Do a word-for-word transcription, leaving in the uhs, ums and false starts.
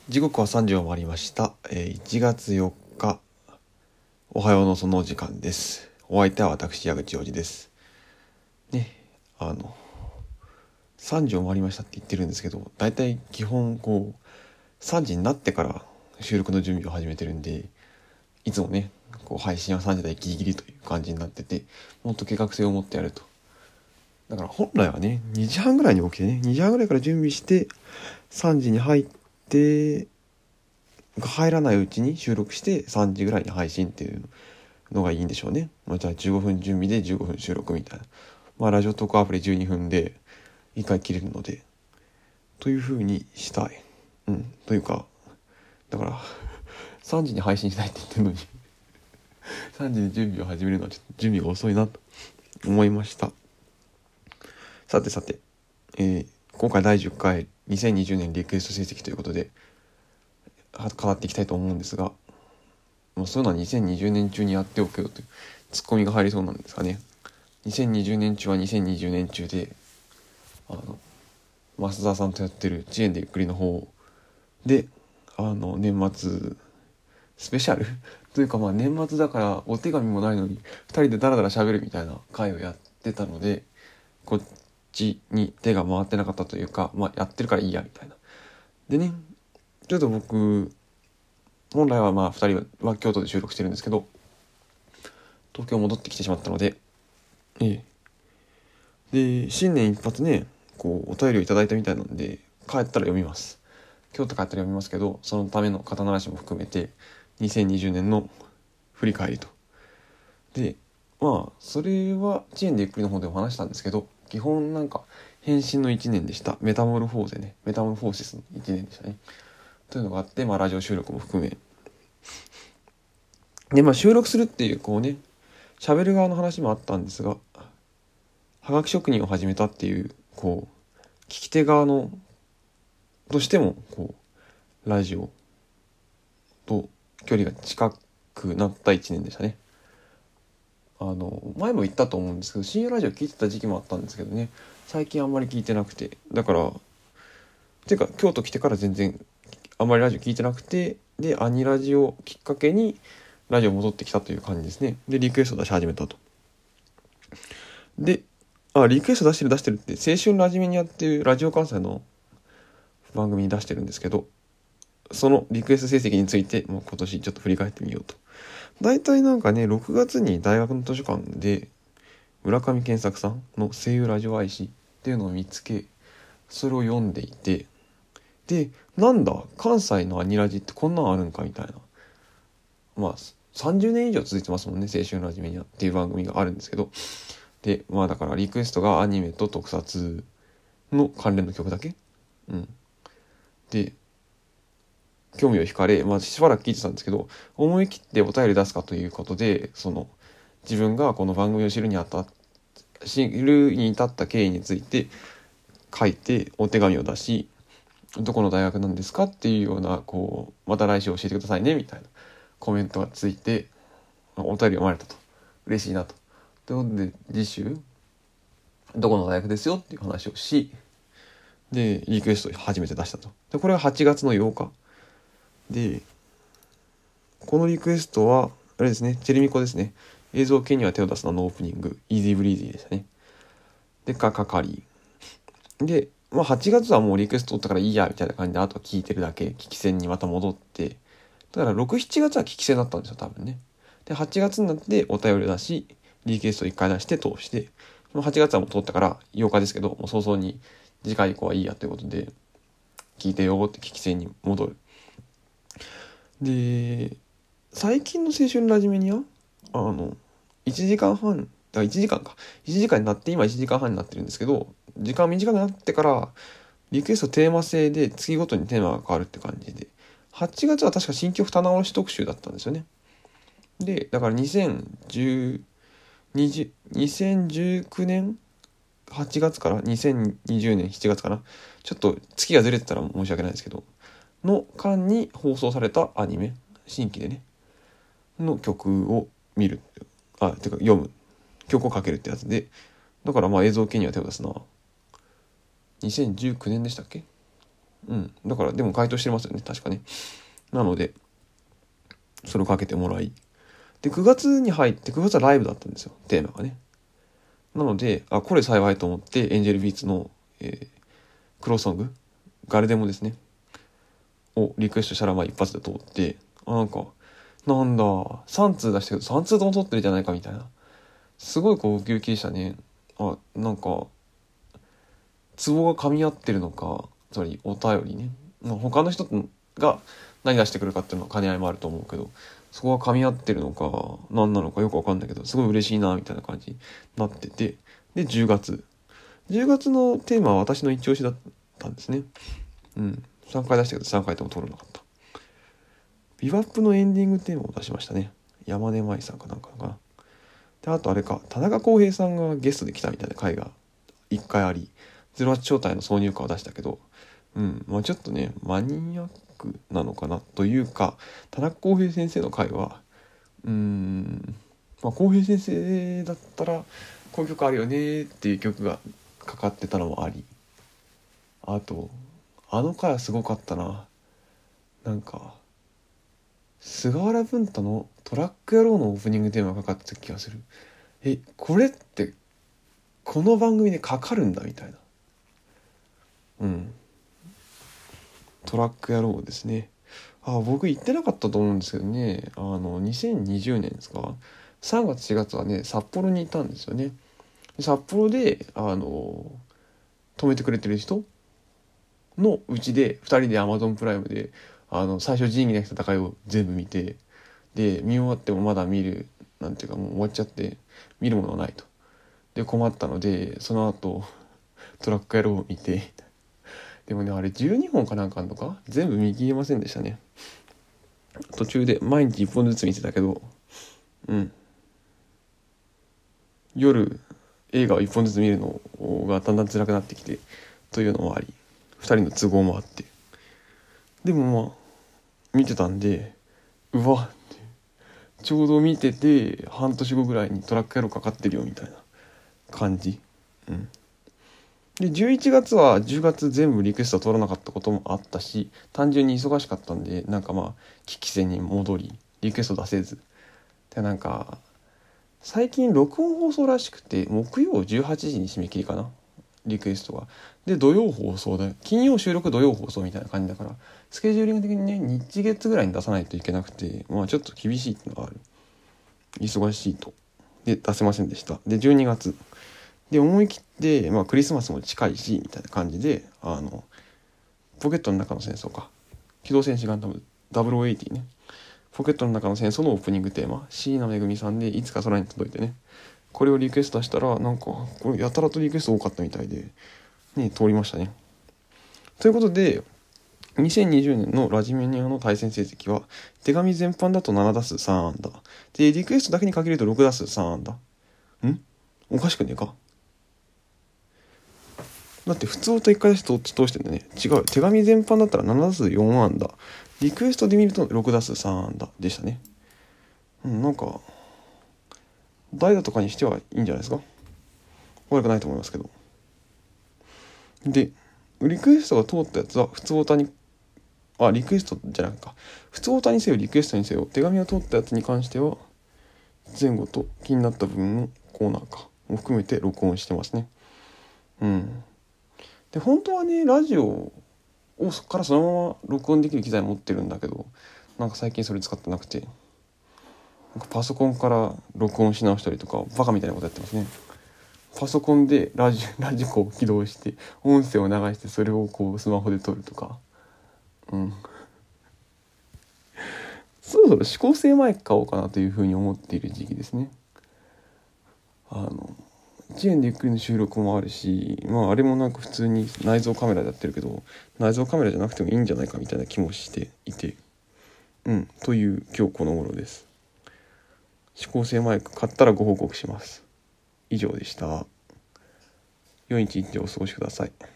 時刻はさんじを回りました。えー、いちがつよっか、おはようのその時間です。お相手は私、矢口洋二です。ね、あの、さんじを回りましたって言ってるんですけど、だいたい基本こう、さんじになってから収録の準備を始めてるんで、いつもね、こう配信はさんじ台ギリギリという感じになってて、もっと計画性を持ってやると。だから本来はね、にじはんぐらいに起きてね、にじはんぐらいから準備して、さんじに入って、入らないうちに収録してさんじぐらいに配信っていうのがいいんでしょうね。まあ、じゃあじゅうごふん準備でじゅうごふん収録みたいな。まあラジオトークアプリじゅうにふんでいっかい切れるので、という風にしたい。うん。というか、だからさんじに配信しないって言ってるのにさんじに準備を始めるのはちょっと準備が遅いなと思いました。さてさて、えー、今回だいじゅっかいにせんにじゅうねんリクエスト成績ということで語っていきたいと思うんですが、もうそういうのはにせんにじゅうねん中にやっておくよというツッコミが入りそうなんですかね。にせんにじゅうねん中はにせんにじゅうねん中で、あの増田さんとやってる遅延でゆっくりの方で、あの年末スペシャルというか、まあ年末だからお手紙もないのにふたりでダラダラ喋るみたいな回をやってたので、こっちに手が回ってなかったというか、まあやってるからいいやみたいな。でね、ちょっと僕本来はまあふたりは京都で収録してるんですけど、東京戻ってきてしまったので、ええ。で、新年一発ね、こう、お便りをいただいたみたいなんで、帰ったら読みます。京都帰ったら読みますけど、そのための刀話も含めて、にせんにじゅうねんの振り返りと。で、まあ、それは、遅延でゆっくりの方でお話したんですけど、基本なんか、変身のいちねんでした。メタモルフォーゼね。メタモルフォーシスのいちねんでしたね。というのがあって、まあ、ラジオ収録も含め。で、まあ、収録するっていう、こうね、喋る側の話もあったんですが、はがき職人を始めたっていう、こう、聞き手側の、としても、こう、ラジオと距離が近くなったいちねんでしたね。あの、前も言ったと思うんですけど、深夜ラジオ聞いてた時期もあったんですけどね、最近あんまり聞いてなくて、だから、ていうか、京都来てから全然、あんまりラジオ聞いてなくて、で、アニラジオきっかけに、ラジオ戻ってきたという感じですね。で、リクエスト出し始めたと。で、あ、リクエスト出してる出してるって、青春ラジメにやってるラジオ関西の番組に出してるんですけど、そのリクエスト成績について、もう今年ちょっと振り返ってみようと。大体なんかね、ろくがつに大学の図書館で、村上健作さんの声優ラジオ愛しっていうのを見つけ、それを読んでいて、で、なんだ、関西のアニラジってこんなんあるんかみたいな。まあ、さんじゅうねん以上続いてますもんね、青春ラジメニアっていう番組があるんですけど。で、まあだからリクエストがアニメと特撮の関連の曲だけ。うん。で、興味を惹かれ、まあしばらく聞いてたんですけど、思い切ってお便り出すかということで、その、自分がこの番組を知るにあたっ、知るに至った経緯について書いてお手紙を出し、どこの大学なんですかっていうような、こう、また来週教えてくださいね、みたいなコメントがついて、お便り読まれたと。嬉しいなと。ということで、次週、どこの大学ですよっていう話をし、で、リクエストを初めて出したと。で、これははちがつのようか。で、このリクエストは、あれですね、チェルミコですね。映像系には手を出すなのオープニング、イージーブリーズィーでしたね。で、かかかり。で、まあはちがつはもうリクエスト取ったからいいや、みたいな感じで、あとは聞いてるだけ、聞き戦にまた戻って、だからろく、しちがつは聞き戦だったんですよ、多分ね。で、はちがつになってお便り出し、リクエストいっかい出して通して、はちがつはもう通ったからようかですけど、もう早々に次回以降はいいやということで、聞いてよって聞き戦に戻る。で、最近の青春ラジメには、あの、いちじかんはん、だからいちじかんか。いちじかんになって、今いちじかんはんになってるんですけど、時間短くなってから、リクエストテーマ制で月ごとにテーマが変わるって感じで、はちがつは確か新曲棚卸し特集だったんですよね。で、だからにせんじゅう、にせんじゅうきゅうねんはちがつからにせんにじゅうねんしちがつかな。ちょっと月がずれてたら申し訳ないですけど、の間に放送されたアニメ、新規でね、の曲を見る。あ、てか読む。曲をかけるってやつで、だからまあ映像系には手を出すな。にせんじゅうきゅうねんでしたっけ？ うん。だからでも回答してますよね、確かね。なのでそれをかけてもらい、でくがつに入ってくがつはライブだったんですよ、テーマがね。なのであこれ幸いと思ってエンジェルビーツの、えー、クローソングガルデモですねをリクエストしたらまあ一発で通って、あなんかなんださん通出したけどさん通とも通ってるじゃないかみたいな、すごいこうウキウキでしたね。あなんかツボが噛み合ってるのか、つまりお便りね、まあ、他の人が何出してくるかっていうのは兼ね合いもあると思うけど、そこが噛み合ってるのか何なのかよくわかんないけどすごい嬉しいなみたいな感じになってて、でじゅうがつじゅうがつのテーマは私の一押しだったんですね。うんさんかい出したけどさんかいとも通らなかった。ビバップのエンディングテーマを出しましたね。山根舞さんかなんかかな。であとあれか田中康平さんがゲストで来たみたいな回がいっかいあり、ゼロはち招待の挿入歌を出したけど、うんまあちょっとねマニアックなのかなというか、田中康平先生の回はうーんまあ康平先生だったらこういう曲あるよねっていう曲がかかってたのもあり、あとあの回はすごかったな。なんか菅原文太のトラック野郎のオープニングテーマがかかってた気がする。えこれってこの番組でかかるんだみたいな。うんトラック野郎ですね。あ僕行ってなかったと思うんですけどね、あのにせんにじゅうねんですか、さんがつしがつはね札幌にいたんですよね。札幌であの泊めてくれてる人のうちでふたりで Amazon プライムであの最初仁義なき戦いを全部見て、で見終わってもまだ見るなんていうかもう終わっちゃって見るものがないと、で困ったのでその後トラック野郎を見て、でもねあれじゅうにほんかなんかあんのか全部見切れませんでしたね。途中で毎日いっぽんずつ見てたけど、うん夜映画をいっぽんずつ見るのがだんだん辛くなってきてというのもあり、ふたりの都合もあって、でもまあ見てたんで、うわってちょうど見てて半年後ぐらいにトラック野郎かかってるよみたいな感じ。うんでじゅういちがつはじゅうがつ全部リクエスト取らなかったこともあったし、単純に忙しかったんでなんかまあ危機戦に戻りリクエスト出せずで、なんか最近録音放送らしくて木曜じゅうはちじに締め切りかな、リクエストが。で土曜放送で金曜収録土曜放送みたいな感じだから、スケジューリング的にね日月ぐらいに出さないといけなくて、まあちょっと厳しいっていうのがある。忙しいとで出せませんでした。でじゅうにがつで思い切って、まあ、クリスマスも近いしみたいな感じであのポケットの中の戦争か機動戦士ガンダムダブルオーエイティね、ポケットの中の戦争のオープニングテーマ椎名めぐみさんでいつか空に届いてね、これをリクエストしたらなんかこれやたらとリクエスト多かったみたいでね通りましたね。ということでにせんにじゅうねんのラジメニアの対戦成績は手紙全般だとなな打数さん安打でリクエストだけに限るとろく打数さん安打。んおかしくねえか。だって普通音いっかい出して通してんだね。違う。手紙全般だったらなな打数よん安打。リクエストで見るとろく打数さん安打でしたね。うん、なんか、代打とかにしてはいいんじゃないですか。悪くないと思いますけど。で、リクエストが通ったやつは普通音に、あ、リクエストじゃなくか。普通音にせよリクエストにせよ、手紙が通ったやつに関しては、前後と気になった部分のコーナーかも含めて録音してますね。うん。で本当はねラジオをからそのまま録音できる機材持ってるんだけど、なんか最近それ使ってなくて、なんかパソコンから録音し直したりとかバカみたいなことやってますね。パソコンでラジラジコを起動して音声を流してそれをこうスマホで撮るとか、うんそろそろ指向性マイク買おうかなというふうに思っている時期ですね。あのいちえんでゆっくりの収録もあるし、まああれもなんか普通に内蔵カメラでやってるけど内蔵カメラじゃなくてもいいんじゃないかみたいな気もしていて、うんという今日この頃です。指向性マイク買ったらご報告します。以上でした。良い一日をお過ごしください。